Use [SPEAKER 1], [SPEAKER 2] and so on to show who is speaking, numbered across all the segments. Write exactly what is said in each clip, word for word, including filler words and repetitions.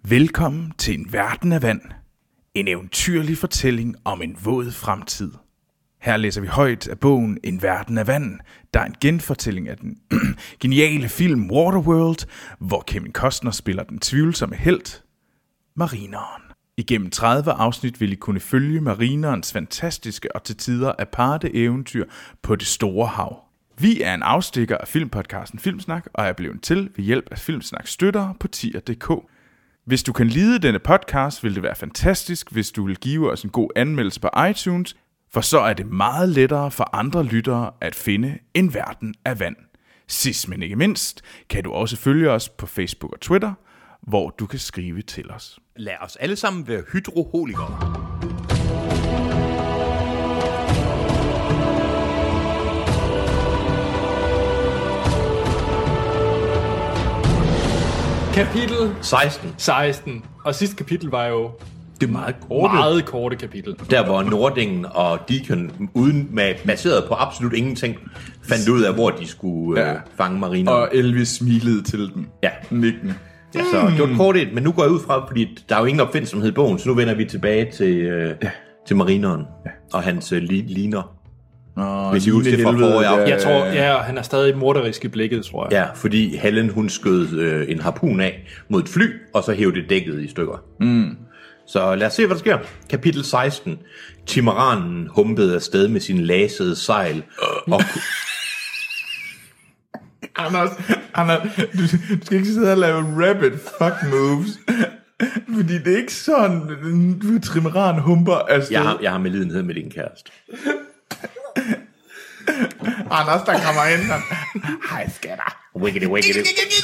[SPEAKER 1] Velkommen til En Verden af Vand. En eventyrlig fortælling om en våd fremtid. Her læser vi højt af bogen En Verden af Vand, der er en genfortælling af den geniale film Waterworld, hvor Kevin Costner spiller den tvivlsomme helt, marineren. Igennem tredive afsnit vil I kunne følge marinerens fantastiske og til tider aparte eventyr på det store hav. Vi er en afstikker af filmpodcasten Filmsnak, og er blevet til ved hjælp af Filmsnak støttere på tier punktum d k. Hvis du kan lide denne podcast, vil det være fantastisk, hvis du vil give os en god anmeldelse på iTunes, for så er det meget lettere for andre lyttere at finde En Verden af Vand. Sidst men ikke mindst, kan du også følge os på Facebook og Twitter, hvor du kan skrive til os.
[SPEAKER 2] Lad os alle sammen være hydroholikere.
[SPEAKER 3] Kapitel
[SPEAKER 2] seksten.
[SPEAKER 3] seksten. Og sidste kapitel var jo
[SPEAKER 2] Det er meget korte.
[SPEAKER 3] meget korte kapitel.
[SPEAKER 2] Der hvor Nordingen og Deacon, uden med, baseret på absolut ingenting, fandt ud af, hvor de skulle
[SPEAKER 1] Ja.
[SPEAKER 2] øh, fange mariner.
[SPEAKER 1] Og Elvis smilede til dem.
[SPEAKER 2] Ja.
[SPEAKER 1] Nikkende.
[SPEAKER 2] Ja, så det var et kort et, men nu går jeg ud fra, fordi der er jo ingen opfindsomhed i bogen, så nu vender vi tilbage til, øh, ja. til marineren ja. og hans øh, li- liner.
[SPEAKER 1] Nå,
[SPEAKER 2] Hvis I husker det fra forrige afsnit.
[SPEAKER 3] Jeg tror, ja, han er stadig morderisk i blikket, tror jeg.
[SPEAKER 2] Ja, fordi Helen hun skød øh, en harpun af mod et fly, og så hævde det dækket i stykker. Mm. Så lad os se, hvad der sker. Kapitel seksten. Timeranen humpede afsted med sin lasede sejl. Uh. Og
[SPEAKER 1] Anders, Anders du, du skal ikke sidde og lave rapid fuck moves. Fordi det er ikke sådan, du trimeran humper afsted.
[SPEAKER 2] jeg har, jeg har med lidenhed med din kæreste.
[SPEAKER 1] Anders, der kommer ind. Hej, skatter.
[SPEAKER 2] Wiggity, wiggity.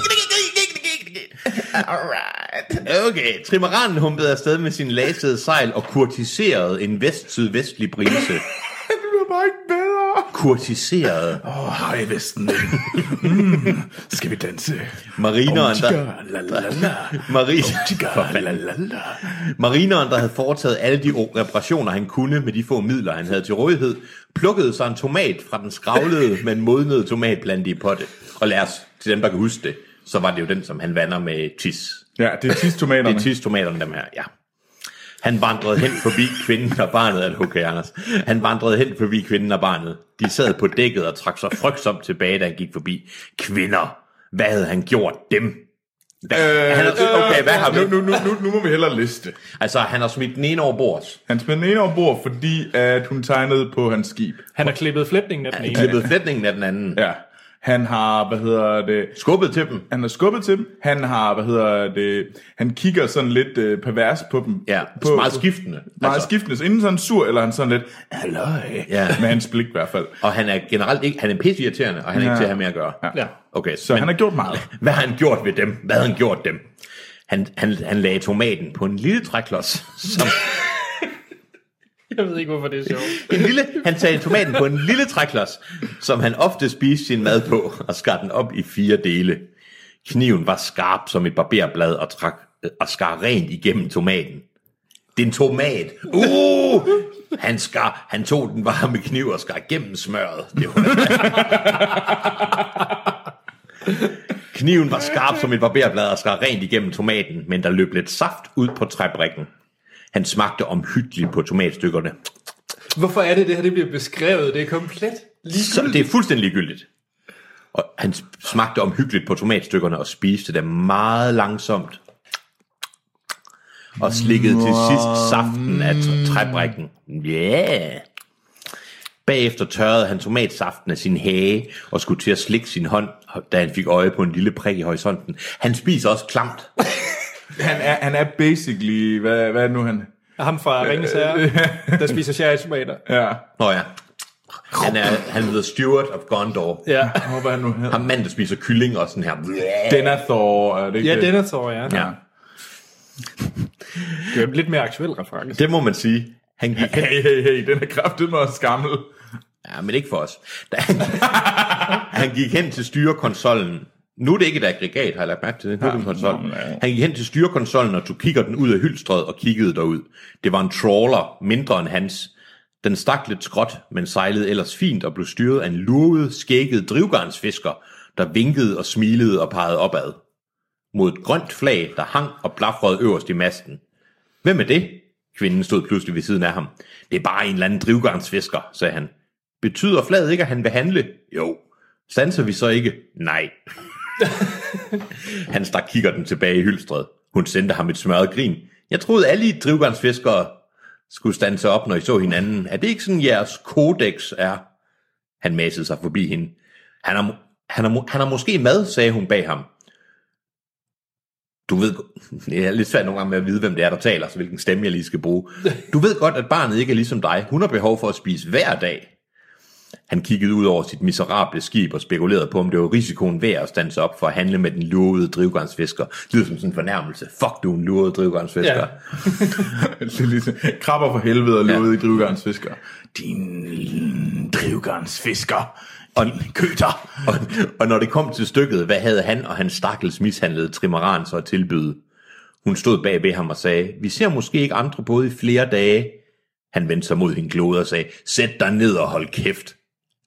[SPEAKER 1] Alright.
[SPEAKER 2] Okay, trimeranen humpede afsted med sin lasede sejl og kurtiserede en vest-sydvestlig brise.
[SPEAKER 1] Det bliver bare ikke bedre.
[SPEAKER 2] Kurtiserede.
[SPEAKER 1] Åh, oh, hej Vesten. mm, skal vi danse?
[SPEAKER 2] Marineren, der... Mari-
[SPEAKER 1] Lalalala.
[SPEAKER 2] Marineren, der havde foretaget alle de reparationer, han kunne med de få midler, han havde til rådighed, plukkede sig en tomat fra den skravlede, men modnede tomatplante i potte. Og lad os, til dem, der kan huske det, så var det jo den, som han vander med tis.
[SPEAKER 1] Ja, det er tis-tomaterne.
[SPEAKER 2] Det er tis-tomaterne, dem her, ja. Han vandrede hen forbi kvinden og barnet, at okay, Anders. Han vandrede hen forbi kvinden og barnet. De sad på dækket og trak sig frygtsomt tilbage, da han gik forbi. Kvinder, hvad havde han gjort dem? Hvad,
[SPEAKER 1] Øh,
[SPEAKER 2] han har, okay, hvad har vi?
[SPEAKER 1] nu, nu, nu, nu, nu må vi hellere liste.
[SPEAKER 2] Altså, han har smidt den ene over bords.
[SPEAKER 1] Han smed den ene over bord, fordi at hun tegnede på hans skib.
[SPEAKER 3] Han har klippet flætningen af den ene.
[SPEAKER 2] Klippet flætningen af den anden.
[SPEAKER 1] Ja. Han har, hvad hedder det...
[SPEAKER 2] Skubbet til dem.
[SPEAKER 1] Han har skubbet til dem. Han har, hvad hedder det... Han kigger sådan lidt øh, pervers på dem.
[SPEAKER 2] Ja,
[SPEAKER 1] på,
[SPEAKER 2] meget skiftende.
[SPEAKER 1] Meget
[SPEAKER 2] Altså.
[SPEAKER 1] skiftende. Så enten sådan sur, eller han sådan lidt... Halløj.
[SPEAKER 2] Ja.
[SPEAKER 1] Med hans blik i hvert fald.
[SPEAKER 2] Og han er generelt ikke... Han er pisseirriterende, og han er
[SPEAKER 1] Ja.
[SPEAKER 2] ikke til at have mere at gøre.
[SPEAKER 1] Ja.
[SPEAKER 3] Ja.
[SPEAKER 2] Okay,
[SPEAKER 1] Så men, han har gjort meget.
[SPEAKER 2] Hvad har han gjort ved dem? Hvad har han gjort dem? Han, han, han lagde tomaten på en lille træklods, som...
[SPEAKER 3] Jeg ved ikke, hvorfor det er sjovt.
[SPEAKER 2] En lille, han tager tomaten på en lille træklods, som han ofte spiste sin mad på, og skar den op i fire dele. Kniven var skarp som et barberblad og, trak, og skar rent igennem tomaten. Det er en tomat. Uh! Han, skar, han tog den bare med kniv og skar gennem smøret. Det var Kniven var skarp som et barberblad og skar rent igennem tomaten, men der løb lidt saft ud på træbrikken. Han smagte omhyggeligt på tomatstykkerne.
[SPEAKER 3] Hvorfor er det, det her det bliver beskrevet? Det er komplet ligegyldigt.
[SPEAKER 2] Så det er fuldstændig ligegyldigt. Og han smagte omhyggeligt på tomatstykkerne og spiste dem meget langsomt. Og slikkede til sidst saften af træbrikken. Ja. Yeah. Bagefter tørrede han tomatsaften af sin hage og skulle til at slikke sin hånd, da han fik øje på en lille prik i horisonten. Han spiser også klamt.
[SPEAKER 1] Han er, han er basically... Hvad, hvad er det nu, han...
[SPEAKER 3] Ham fra Ringens Herre, der spiser cherrytomater.
[SPEAKER 1] Ja.
[SPEAKER 2] Nå ja. Han er, han hedder Stewart of Gondor.
[SPEAKER 3] Ja.
[SPEAKER 1] Hvor var han nu her?
[SPEAKER 2] Ham mand, der spiser kylling og sådan her.
[SPEAKER 1] Denethor, er det ikke
[SPEAKER 3] Ja,
[SPEAKER 1] det?
[SPEAKER 3] Denethor, ja.
[SPEAKER 2] Ja.
[SPEAKER 3] Det er en lidt mere aktuel reference.
[SPEAKER 2] Det må man sige. Han gik hen.
[SPEAKER 1] Hey, hey, hey, den er kraftedeme også gammel.
[SPEAKER 2] Ja, men ikke for os. Da han, han gik hen til styrekonsollen. Nu er det ikke et aggregat, har jeg lagt mærke til det. Nu er det en konsol. Han gik hen til styrekonsollen og tog kiggerten ud af hylstret og kiggede derud. Det var en trawler, mindre end hans. Den stak lidt skråt, men sejlede ellers fint og blev styret af en lurvet, skægget drivgarnsfisker, der vinkede og smilede og pegede opad. mod et grønt flag, der hang og blafrede øverst i masten. Hvem er det? Kvinden stod pludselig ved siden af ham. Det er bare en eller anden drivgarnsfisker, sagde han. Betyder flaget ikke, at han vil handle? Jo. Standser vi så ikke? Nej. Han stak kikkerten tilbage i hylstret. Hun sendte ham et smørret grin. Jeg troede alle I drivgarnsfiskere skulle standse op, når I så hinanden. Er det ikke sådan, jeres kodex er? Han masede sig forbi hende. Han er, han er, han er måske mad, sagde hun bag ham. Du ved, det er lidt svært nogle gange med at vide, hvem det er, der taler, så hvilken stemme jeg lige skal bruge. Du ved godt, at barnet ikke er ligesom dig. Hun har behov for at spise hver dag. Han kiggede ud over sit miserable skib og spekulerede på, om det var risikoen værd at standse op for at handle med den lurvede drivgarnsfisker. Det lyder som sådan en fornærmelse. Fuck, du er en lurvede drivgarnsfisker.
[SPEAKER 1] Ja. Krabber for helvede og lurvede ja. drivgarnsfisker. Din drivgarnsfisker. Og køter.
[SPEAKER 2] Og, og når det kom til stykket, hvad havde han og hans stakkels mishandlede trimmeran så at tilbyde? Hun stod bag ved ham og sagde, vi ser måske ikke andre både i flere dage. Han vendte sig mod hende glode og sagde, sæt dig ned og hold kæft.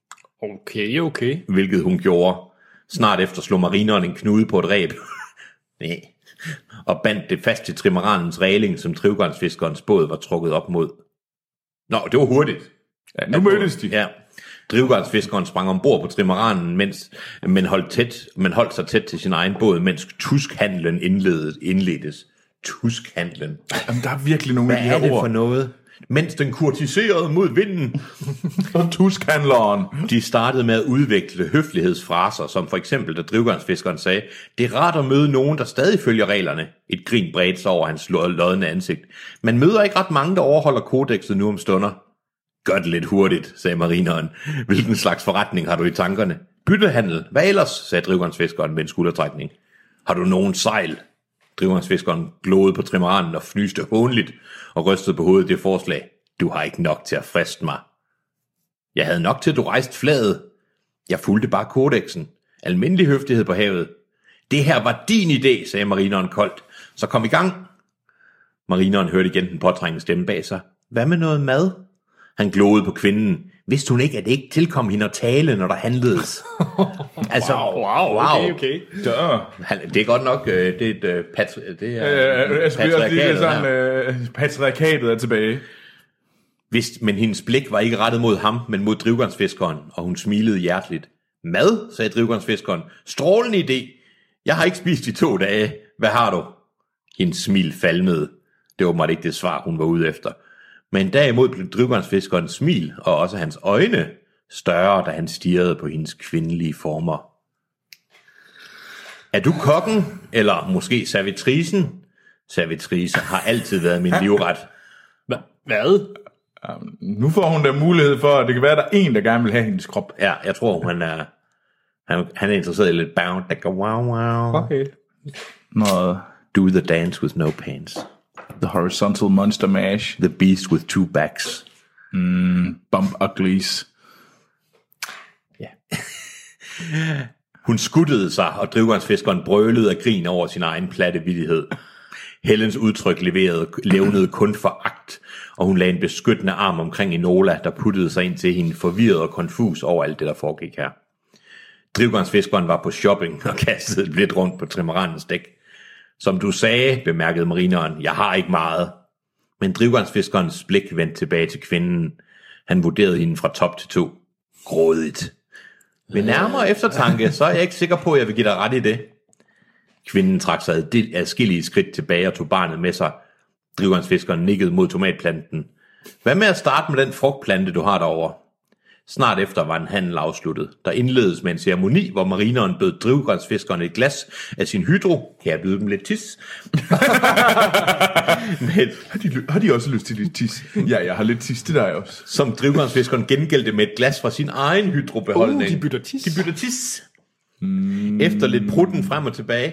[SPEAKER 3] Okay, okay.
[SPEAKER 2] Hvilket hun gjorde. Snart efter slog marineren en knude på et reb. Nej. Og bandt det fast til trimmeranens regling, som drivgarnsfiskerens båd var trukket op mod. Nå, det var hurtigt.
[SPEAKER 1] Ja, nu mødtes de.
[SPEAKER 2] Ja. Drivgarnsfiskeren sprang ombord på trimeranen, mens, men, holdt tæt, men holdt sig tæt til sin egen båd, mens tuskhandlen indledes, indledes. Tuskhandlen.
[SPEAKER 1] Jamen, der er virkelig nogle af de her ord.
[SPEAKER 2] Hvad er det for noget? Mens den kurtiserede mod vinden.
[SPEAKER 1] Og tuskhandleren.
[SPEAKER 2] De startede med at udvikle høflighedsfraser, som for eksempel, da drivgarnsfiskeren sagde, det er rart at møde nogen, der stadig følger reglerne. Et grin bredte sig over hans lodne ansigt. Man møder ikke ret mange, der overholder kodekset nu om stunder. Gør det lidt hurtigt, sagde marineren. Hvilken slags forretning har du i tankerne? Byttehandel. Hvad ellers, sagde drivgarnsfiskeren med en skuldertrækning. Har du nogen sejl? Drivgarnsfiskeren glodede på trimeranen og fnyste hånligt og rystede på hovedet det forslag. Du har ikke nok til at friste mig. Jeg havde nok til, at du rejste flaget. Jeg fulgte bare kodeksen. Almindelig høflighed på havet. Det her var din idé, sagde marineren koldt. Så kom i gang. Marineren hørte igen den påtrængende stemme bag sig. Hvad med noget mad? Han glodede på kvinden. Vidste hun ikke, at det ikke tilkom hende at tale, når der handledes? Altså,
[SPEAKER 3] wow, wow, okay, okay.
[SPEAKER 2] Han, det er godt nok, det er et patri, det er
[SPEAKER 1] øh, øh, patriarkatet, sådan, øh, patriarkatet er tilbage.
[SPEAKER 2] Vist, men hendes blik var ikke rettet mod ham, men mod drivgarnsfiskeren, og hun smilede hjerteligt. Mad, sagde drivgarnsfiskeren. Strålende idé. Jeg har ikke spist i to dage. Hvad har du? Hendes smil falmede. Det var åbenbart ikke det svar, hun var ude efter. Men derimod blev drivgarnsfiskerens smil, og også hans øjne, større, da han stirrede på hendes kvindelige former. Er du kokken, eller måske servitrisen? Servitrice har altid været min livret.
[SPEAKER 3] Hvad?
[SPEAKER 1] Nu får hun da mulighed for, at det kan være, at der er en, der gerne vil have hendes krop.
[SPEAKER 2] Ja, jeg tror, han er, han, han er interesseret i lidt bound. Wow, wow.
[SPEAKER 3] Okay.
[SPEAKER 1] Noget.
[SPEAKER 2] Do the dance with no pants.
[SPEAKER 1] The horizontal monster mash.
[SPEAKER 2] The beast with two backs.
[SPEAKER 1] Mm, bump uglies.
[SPEAKER 2] Ja. Hun skuttede sig, og drivgarnsfiskeren brølede af grin over sin egen platte vittighed. Hellens udtryk leverede, levnede kun foragt, og hun lagde en beskyttende arm omkring Enola, der puttede sig ind til hende, forvirret og konfus over alt det, der foregik her. Drivgarnsfiskeren var på shopping og kastede lidt rundt på trimeranens dæk. Som du sagde, bemærkede marineren, jeg har ikke meget. Men drivgarnsfiskerens blik vendte tilbage til kvinden. Han vurderede hende fra top til to. Grådigt. Ved nærmere eftertanke, så er jeg ikke sikker på, at jeg vil give dig ret i det. Kvinden trak sig adskillige skridt tilbage og tog barnet med sig. Drivgarnsfiskeren nikkede mod tomatplanten. Hvad med at starte med den frugtplante, du har derovre? Snart efter var en handel afsluttet. Der indledes med en ceremoni, hvor marineren bød drivgarnsfiskeren et glas af sin hydro. Her bød dem lidt tis. Men,
[SPEAKER 1] har, de, har de også lyst til lidt tis? Ja, jeg har lidt tis til dig også.
[SPEAKER 2] Som drivgarnsfiskeren gengældte med et glas fra sin egen hydrobeholdning.
[SPEAKER 3] Uh, de bytter tis.
[SPEAKER 2] De bytter tis. Mm. Efter lidt prutten frem og tilbage.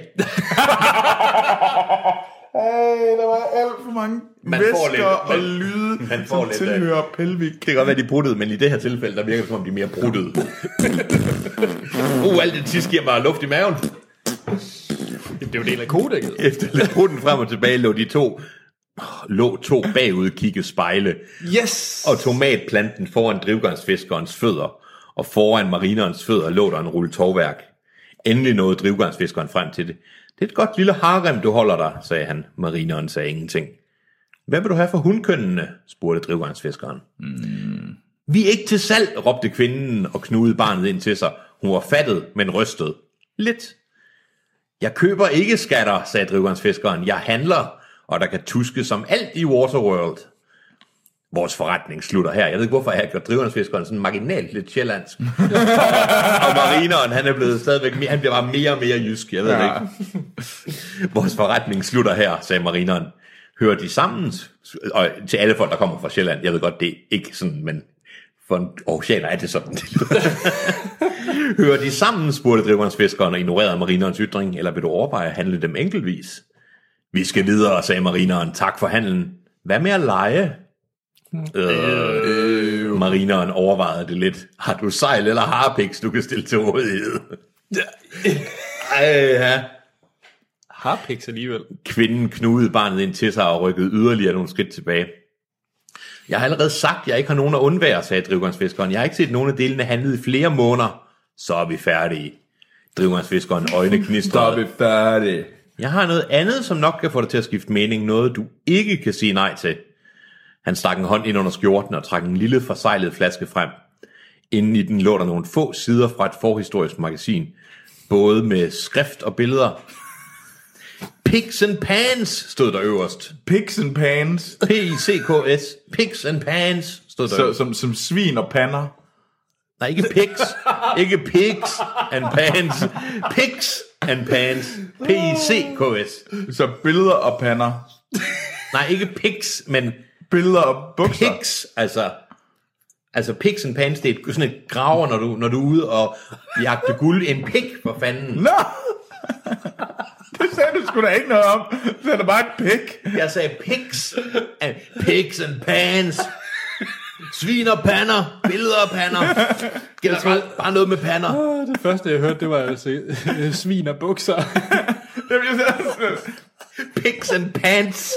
[SPEAKER 1] Hey, der var alt for mange man væsker lidt, og man, lyde,
[SPEAKER 2] man får
[SPEAKER 1] som
[SPEAKER 2] lidt,
[SPEAKER 1] tilhører pelvik.
[SPEAKER 2] Det kan godt være, de bruttede, men i det her tilfælde, der virker det som om, de er mere bruttede. uh, alt det tis giver mig luft i maven.
[SPEAKER 3] Det er jo del af kodækket.
[SPEAKER 2] Efter lidt prutten frem og tilbage, lå de to, lå to bagud kigge spejle.
[SPEAKER 3] Yes!
[SPEAKER 2] Og tomatplanten foran drivgarnsfiskerens fødder, og foran marinerens fødder lå der en rulle tovværk. Endelig nåede drivgarnsfiskeren frem til det. Det er et godt lille harem, du holder dig, sagde han. Marineren sagde ingenting. Hvad vil du have for hundkønnene? Spurgte drivgarnsfiskeren. Mm. Vi er ikke til salg, råbte kvinden og knudede barnet ind til sig. Hun var fattet, men rystet. Lidt. Jeg køber ikke skatter, sagde drivgarnsfiskeren. Jeg handler, og der kan tuske som alt i Waterworld. Vores forretning slutter her. Jeg ved ikke, hvorfor jeg har gjort drivgarnsfiskeren sådan marginalt lidt sjællandsk. og, og marineren, han er blevet stadigvæk, han bliver bare mere og mere jysk, jeg ved ja. ikke. Vores forretning slutter her, sagde marineren. Hører de sammen? Og til alle folk, der kommer fra Sjælland, jeg ved godt, det er ikke sådan, men for en oceaner er det sådan. Hører de sammen, spurgte drivgarnsfiskeren og ignorerede marinerens ytring, eller vil du overveje at handle dem enkeltvis? Vi skal videre, sagde marineren. Tak for handlen. Hvad med at lege? Øh, øh, marineren overvejede det lidt. Har du sejl eller harpiks, du kan stille til rådighed? Ej, ja.
[SPEAKER 3] Harpiks alligevel.
[SPEAKER 2] Kvinden knudede barnet ind til sig og rykkede yderligere nogle skridt tilbage. Jeg har allerede sagt, at jeg ikke har nogen at undvære, sagde drivgarnsfiskeren. Jeg har ikke set nogen af delene handlet i flere måneder. Så er vi færdige. Drivgarnsfiskeren øjne knistrede.
[SPEAKER 1] Så er vi færdige.
[SPEAKER 2] Jeg har noget andet, som nok kan få dig til at skifte mening. Noget, du ikke kan sige nej til. Han stak en hånd ind under skjorten og trak en lille forsejlet flaske frem. Inden i den lå der nogle få sider fra et forhistorisk magasin. Både med skrift og billeder. Pigs and Pans stod der øverst.
[SPEAKER 1] Pigs and Pans.
[SPEAKER 2] P I C K S. Pigs and Pans stod der.
[SPEAKER 1] Så, som, som svin og pander.
[SPEAKER 2] Nej, ikke pigs. Ikke pigs and pans. Pigs and pans. P I C K S.
[SPEAKER 1] Så billeder og pander.
[SPEAKER 2] Nej, ikke pigs, men
[SPEAKER 1] billeder og bukser.
[SPEAKER 2] Pigs, altså... Altså pigs and pans, det er sådan et graver, når du, når du er ude og jagte guld. En pig, for fanden.
[SPEAKER 1] Nå! Det sagde du sgu da ikke noget om. Så er det bare et pig.
[SPEAKER 2] Jeg sagde pigs and, pigs and pans. Svin og pander. Billeder og pander. Generelt bare noget med pander.
[SPEAKER 3] Oh, det første jeg hørte, det var altså svin og bukser.
[SPEAKER 2] Pigs and pants.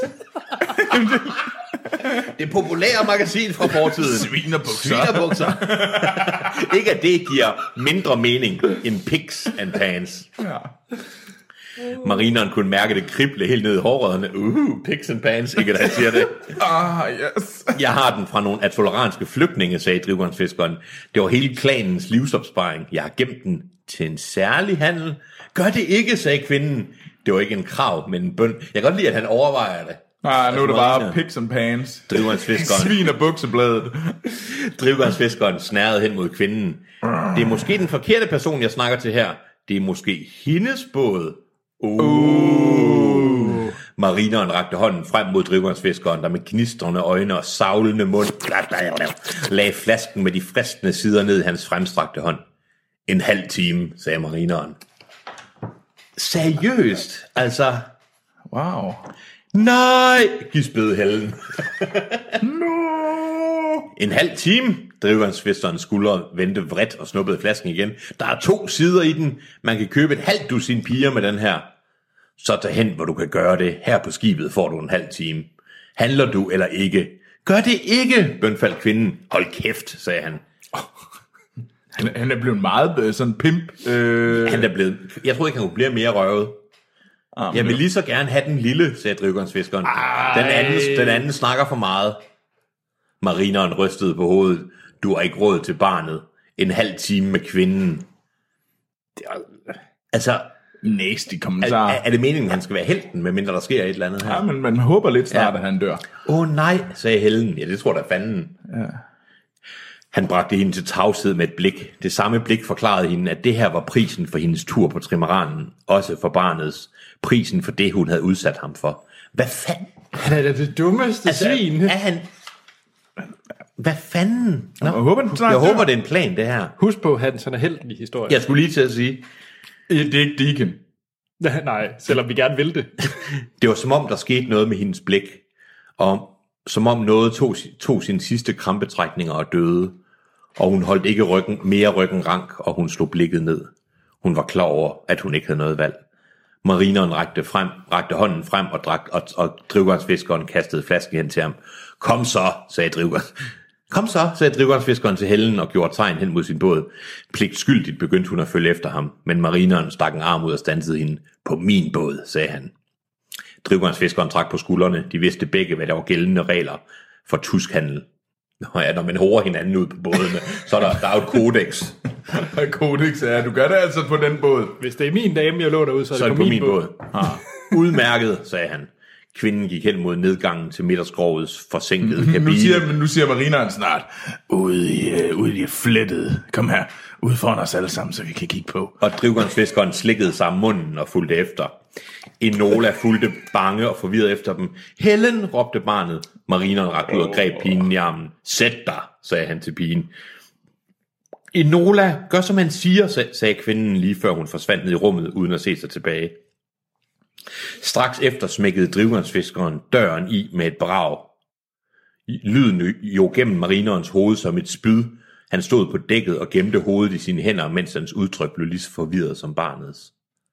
[SPEAKER 2] Det populære magasin fra fortiden.
[SPEAKER 1] Svin og bukser.
[SPEAKER 2] Svin og bukser. Ikke at det giver mindre mening end pigs and pants.
[SPEAKER 1] Ja.
[SPEAKER 2] Marineren kunne mærke det krible helt ned i hårrødderne. Uh, pigs and pants, ikke at han siger det.
[SPEAKER 1] Ah, yes.
[SPEAKER 2] Jeg har den fra nogle atoleranske flygtninge, sagde drivgarnsfiskeren. Det var hele klanens livsopsparing. Jeg har gemt den til en særlig handel. Gør det ikke, sagde kvinden. Det var ikke en krav, men en bøn. Jeg kan godt lide, at han overvejer det.
[SPEAKER 1] Ah, nu er det bare pigs and pants.
[SPEAKER 2] Drivgarnsfiskeren.
[SPEAKER 1] Svin og buksebladet.
[SPEAKER 2] Drivgarnsfiskeren snærede hen mod kvinden. Det er måske den forkerte person, jeg snakker til her. Det er måske hendes båd. Uh. Uh. Marineren rakte hånden frem mod drivgarnsfiskeren, der med gnistrende øjne og savlende mund lagde flasken med de fristende sider ned i hans fremstrakte hånd. En halv time, sagde marineren. Seriøst? Altså...
[SPEAKER 1] Wow.
[SPEAKER 2] Nej, gispede Helen.
[SPEAKER 1] No.
[SPEAKER 2] En halv time, drivgarnsfiskerens skuldre vendte vredt og snuppede flasken igen. Der er to sider i den. Man kan købe et halvt dusin piger med den her. Så tag hen, hvor du kan gøre det. Her på skibet får du en halv time. Handler du eller ikke? Gør det ikke, bønfaldt kvinden. Hold kæft, sagde han.
[SPEAKER 1] Han, han er blevet meget øh, sådan pimp. Øh...
[SPEAKER 2] Han er blevet... Jeg troede ikke, han kunne blive mere røvet. Ah, jeg vil lige så gerne have den lille, sagde drivgarnsfiskeren. Den anden, den anden snakker for meget. Marineren rystede på hovedet. Du har ikke råd til barnet. En halv time med kvinden. Det er, altså...
[SPEAKER 1] Nasty kommentar.
[SPEAKER 2] Er, er det meningen, at han skal være helten, medmindre der sker et eller andet her?
[SPEAKER 1] Ja, men man håber lidt snart, ja. At han dør.
[SPEAKER 2] Åh oh, nej, sagde Helen. Ja, det tror jeg da fanden.
[SPEAKER 1] Ja.
[SPEAKER 2] Han bragte hende til tavshed med et blik. Det samme blik forklarede hende, at det her var prisen for hendes tur på trimaranen. Også for barnets. Prisen for det, hun havde udsat ham for. Hvad fanden?
[SPEAKER 3] Han er da det dummeste altså, svin.
[SPEAKER 2] Er han... Hvad fanden? Nå.
[SPEAKER 1] Jeg håber,
[SPEAKER 2] jeg håber, det er en plan, det her.
[SPEAKER 3] Husk på, at han sådan er helten i historien.
[SPEAKER 2] Jeg skulle lige til at sige...
[SPEAKER 1] Det er ikke Deacon.
[SPEAKER 3] Nej, selvom vi gerne vil det.
[SPEAKER 2] Det var som om, der skete noget med hendes blik. Og som om noget tog, tog sine sidste krampetrækninger og døde. Og hun holdt ikke ryggen, mere ryggen rank, og hun slog blikket ned. Hun var klar over, at hun ikke havde noget valg. Marineren rakte, frem, rakte hånden frem, og, drak, og, og drivgarnsfiskeren kastede flasken hen til ham. Kom så, sagde drivgarns. Kom så, sagde drivgarnsfiskeren til Helen og gjorde tegn hen mod sin båd. Pligtskyldigt begyndte hun at følge efter ham, men marineren stak en arm ud og standsede hende. På min båd, sagde han. Drivgarnsfiskeren trak på skuldrene. De vidste begge, hvad der var gældende regler for tuskhandel. Nå ja, når man hårer hinanden ud på bådene, så er der, der er jo et kodex.
[SPEAKER 1] Kodex er, du gør det altså på den båd.
[SPEAKER 3] Hvis det er min dame, jeg lå derude, så er det,
[SPEAKER 2] så er det
[SPEAKER 3] på,
[SPEAKER 2] på
[SPEAKER 3] min båd.
[SPEAKER 2] båd. Ah. Udmærket, sagde han. Kvinden gik hen mod nedgangen til midterskrovets forsinkede kabine.
[SPEAKER 1] Nu siger, nu siger marineren snart, ude i, uh, ude i flettet. Kom her, ud foran os alle sammen, så vi kan kigge på.
[SPEAKER 2] Og drivgarnsfiskeren slikkede sig om munden og fulgte efter. Enola fulgte bange og forvirret efter dem. Helen, råbte barnet. Marineren rakte ud og greb pigen i armen. Sæt dig, sagde han til pigen. Enola, gør som han siger, sagde kvinden lige før hun forsvandt ned i rummet, uden at se sig tilbage. Straks efter smækkede drivgarnsfiskeren døren i med et brag. Lyden jo gennem marinerens hoved som et spyd. Han stod på dækket og gemte hovedet i sine hænder, mens hans udtryk blev lige så forvirret som barnets.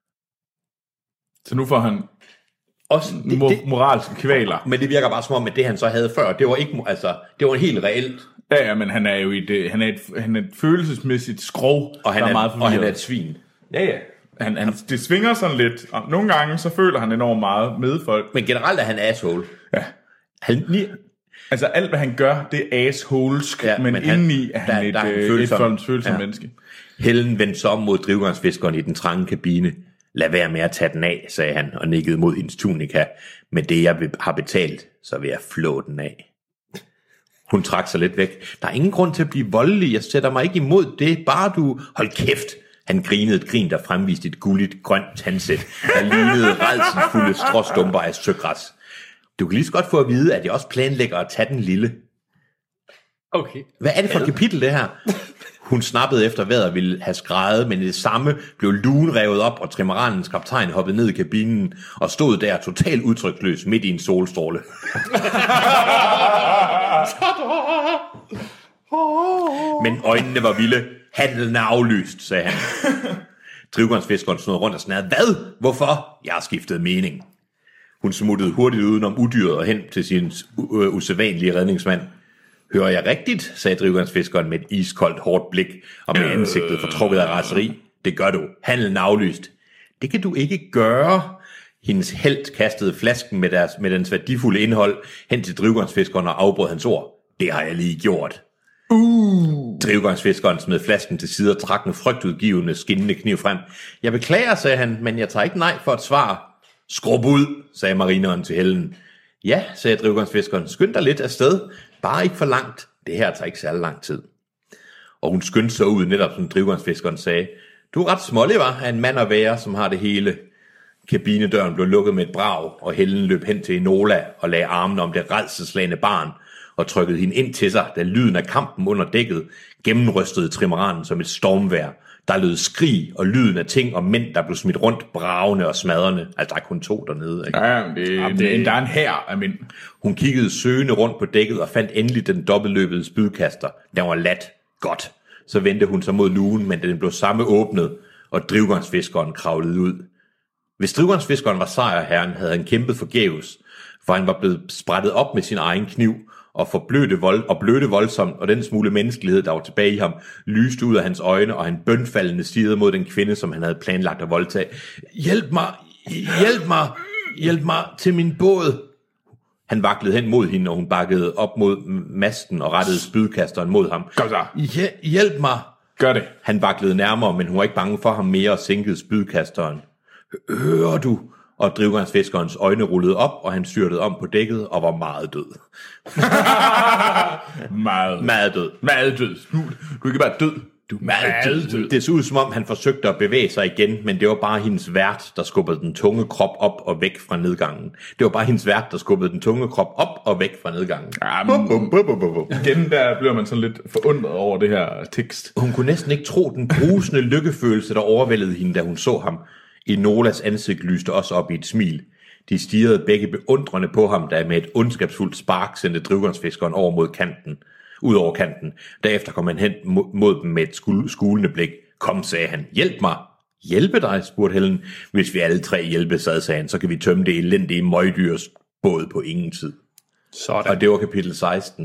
[SPEAKER 1] Så nu får han
[SPEAKER 2] også det,
[SPEAKER 1] mor-
[SPEAKER 2] det,
[SPEAKER 1] moralske kvaler.
[SPEAKER 2] Men det virker bare som om, at det han så havde før, det var ikke, altså, det var helt reelt.
[SPEAKER 1] Ja, ja, men han er jo i det, han er et, han er et følelsesmæssigt skrog,
[SPEAKER 2] og han
[SPEAKER 1] der
[SPEAKER 2] er,
[SPEAKER 1] er meget forvirret.
[SPEAKER 2] Og han er et svin.
[SPEAKER 1] Ja, ja. Han, han, det svinger sådan lidt, og nogle gange så føler han enormt meget med folk.
[SPEAKER 2] Men generelt er han asshole.
[SPEAKER 1] Ja.
[SPEAKER 2] Han,
[SPEAKER 1] altså alt hvad han gør, det er assholesk, ja, men, men indeni er han der, et, der er et, et følsomt ja. menneske.
[SPEAKER 2] Helen vendte sig om mod drivgarnsfiskeren i den trange kabine. Lad være med at tage den af, sagde han og nikkede mod hendes tunika. Med det jeg har betalt, så vil jeg flå den af. Hun trak sig lidt væk. Der er ingen grund til at blive voldelig. Jeg sætter mig ikke imod det. Bare du... Hold kæft. Han grinede et grin, der fremviste et gulligt grønt tandsæt, der lignede rædselsfulde stråstumper af søgræs. Du kan lige så godt få at vide, at jeg også planlægger at tage den lille.
[SPEAKER 3] Okay.
[SPEAKER 2] Hvad er det for et kapitel, det her? Hun snappede efter vejret og ville have skreget, men det samme blev lugen revet op, og trimaranens kaptajn hoppede ned i kabinen og stod der totalt udtryksløs midt i en solstråle. Men øjnene var vilde. Handelen er aflyst, sagde han. Drivgarnsfiskeren snod rundt og snadede. Hvad? Hvorfor? Jeg har skiftet mening. Hun smuttede hurtigt udenom udyret og hen til sin usædvanlige redningsmand. Hører jeg rigtigt, sagde drivgarnsfiskeren med et iskoldt, hårdt blik og med ansigtet fortrukket af raseri. Det gør du. Handelen er aflyst. Det kan du ikke gøre. Hendes helt kastede flasken med, deres, med dens værdifulde indhold hen til drivgarnsfiskeren og afbrød hans ord. Det har jeg lige gjort. Uh. Drivgarnsfiskeren smed flasken til side og trak en frygtudgivende, skinnende kniv frem. Jeg beklager, sagde han, men jeg tager ikke nej for et svar. Skrub ud, sagde marineren til Helen. Ja, sagde drivgarnsfiskeren, skynd dig lidt afsted. Bare ikke for langt. Det her tager ikke særlig lang tid. Og hun skyndte sig ud, netop som drivgarnsfiskeren sagde. Du er ret smålig, var, af en mand at være, som har det hele. Kabinedøren blev lukket med et brag, og Helen løb hen til Enola og lagde armen om det rædselsslagne barn, og trykkede hende ind til sig, da lyden af kampen under dækket gennemrystede trimaranen som et stormvejr. Der lød skrig og lyden af ting og mænd, der blev smidt rundt, bragende og smadrende. Altså, der er kun to dernede, ikke?
[SPEAKER 1] Ja, det, Jamen, det, der er en hær af mænd.
[SPEAKER 2] Hun kiggede søgende rundt på dækket og fandt endelig den dobbeltløbede spydkaster. Den var lat. Godt. Så vendte hun sig mod lugen, men den blev samme åbnet, og drivgarnsfiskeren kravlede ud. Hvis drivgarnsfiskeren var sejrherren, havde han kæmpet forgæves, for han var blevet sprættet op med sin egen kniv, og forblødte vold, og blødte voldsomt, og den smule menneskelighed, der var tilbage i ham, lyste ud af hans øjne, og han bønfaldende stirrede mod den kvinde, som han havde planlagt at voldtage. Hjælp mig! Hjælp mig! Hjælp mig til min båd! Han vaklede hen mod hende, og hun bakkede op mod masten og rettede spydkasteren mod ham.
[SPEAKER 1] Kom så!
[SPEAKER 2] Hjælp mig!
[SPEAKER 1] Gør det!
[SPEAKER 2] Han vaklede nærmere, men hun var ikke bange for ham mere og sænkede spydkasteren. Hører du? Og drivgarnsfiskerens øjne rullede op, og han styrtede om på dækket og var meget død.
[SPEAKER 1] meget.
[SPEAKER 2] Meget død.
[SPEAKER 1] Meget død. Du, du er ikke bare død. Du er meget,
[SPEAKER 2] meget død. Det så ud som om, han forsøgte at bevæge sig igen, men det var bare hendes vært, der skubbede den tunge krop op og væk fra nedgangen. Det var bare hendes vært, der skubbede den tunge krop op og væk fra nedgangen.
[SPEAKER 1] Jamen, bum, bum, bum, bum, bum. Igen der bliver man sådan lidt forundret over det her tekst.
[SPEAKER 2] Hun kunne næsten ikke tro den brusende lykkefølelse, der overvældede hende, da hun så ham. Enolas ansigt lyste også op i et smil. De stirrede begge beundrende på ham, der med et ondskabsfuldt spark sendte drivgarnsfiskeren over mod kanten, ud over kanten. Derefter kom han hen mod dem med et skulende blik. Kom, sagde han. Hjælp mig. Hjælpe dig, spurgte Helen. Hvis vi alle tre hjælpe, sagde han, så kan vi tømme det elendige møgdyrs båd på ingen tid.
[SPEAKER 1] Sådan.
[SPEAKER 2] Og det var kapitel seksten.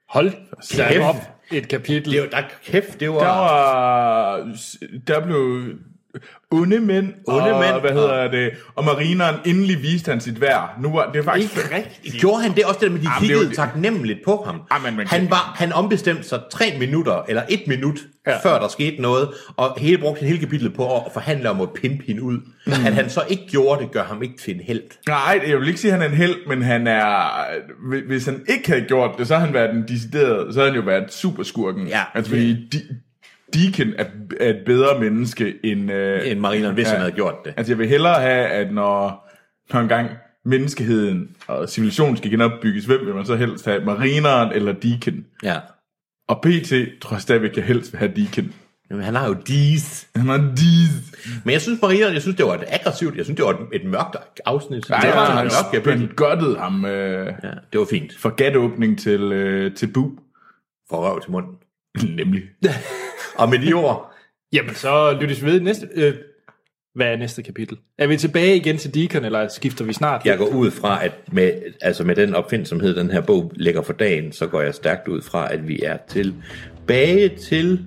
[SPEAKER 3] Hold da
[SPEAKER 2] Kæft.
[SPEAKER 3] op et kapitel.
[SPEAKER 2] Det var, der, kæft, det var...
[SPEAKER 1] Der var... Der blev... Onde mænd,
[SPEAKER 2] Onde
[SPEAKER 1] og,
[SPEAKER 2] mænd,
[SPEAKER 1] hvad hedder det, og marineren endelig viste han sit værd. Nu var det er faktisk
[SPEAKER 2] Ikke rigtigt. Gjorde han det også det, med de
[SPEAKER 1] Jamen,
[SPEAKER 2] kiggede
[SPEAKER 1] det var-
[SPEAKER 2] taknemmeligt på ham?
[SPEAKER 1] Jamen, man
[SPEAKER 2] han,
[SPEAKER 1] kan-
[SPEAKER 2] var, han ombestemte sig tre minutter, eller et minut, ja. før der skete noget, og hele brugte hele kapitlet på at forhandle om at pimpe hende ud. Mm. At han så ikke gjorde det, gør ham ikke til en helt.
[SPEAKER 1] Nej, jeg vil ikke sige, at han er en held, men han er... Hvis han ikke havde gjort det, så havde han været den deciderede... Så havde han jo været superskurken.
[SPEAKER 2] Ja.
[SPEAKER 1] Altså, fordi de, Deacon er, er et bedre menneske end... Øh,
[SPEAKER 2] End marineren, hvis
[SPEAKER 1] ja.
[SPEAKER 2] han havde gjort det.
[SPEAKER 1] Altså, jeg vil hellere have, at når, når engang menneskeheden og civilisationen skal genopbygges, hvem vil man så helst have? Marineren eller Deacon?
[SPEAKER 2] Ja.
[SPEAKER 1] Og P T tror jeg stadigvæk, jeg helst vil have Deacon.
[SPEAKER 2] Jamen, han har jo dis.
[SPEAKER 1] Han har dis.
[SPEAKER 2] Men jeg synes, marineren, jeg synes, det var et aggressivt, jeg synes, det var et, et mørkt afsnit.
[SPEAKER 1] Ja,
[SPEAKER 2] det var
[SPEAKER 1] han
[SPEAKER 2] et mørkt kapitel.
[SPEAKER 1] han gottede ham øh,
[SPEAKER 2] Ja, det var fint.
[SPEAKER 1] for gatåbning til, øh, til Boo.
[SPEAKER 2] For røv til munden.
[SPEAKER 1] Nemlig.
[SPEAKER 2] Og med de ord,
[SPEAKER 3] Jamen, så lyttes vi ved næste... Øh, hvad er næste kapitel? Er vi tilbage igen til Deacon, eller skifter vi snart?
[SPEAKER 2] jeg går ud fra, at med, altså med den opfindsomhed, den her bog lægger for dagen, så går jeg stærkt ud fra, at vi er tilbage til...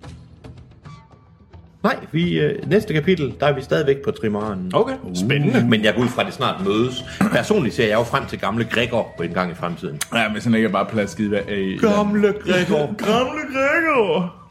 [SPEAKER 2] Nej, vi, øh, næste kapitel, der er vi stadigvæk på trimaren.
[SPEAKER 3] Okay, spændende.
[SPEAKER 2] Men jeg går ud fra, at det snart mødes. Personligt ser jeg jo frem til gamle Gregor på en gang i fremtiden.
[SPEAKER 1] Ja, men sådan ikke er bare plasket af...
[SPEAKER 2] Gamle Gregor.
[SPEAKER 1] Gamle Gregor!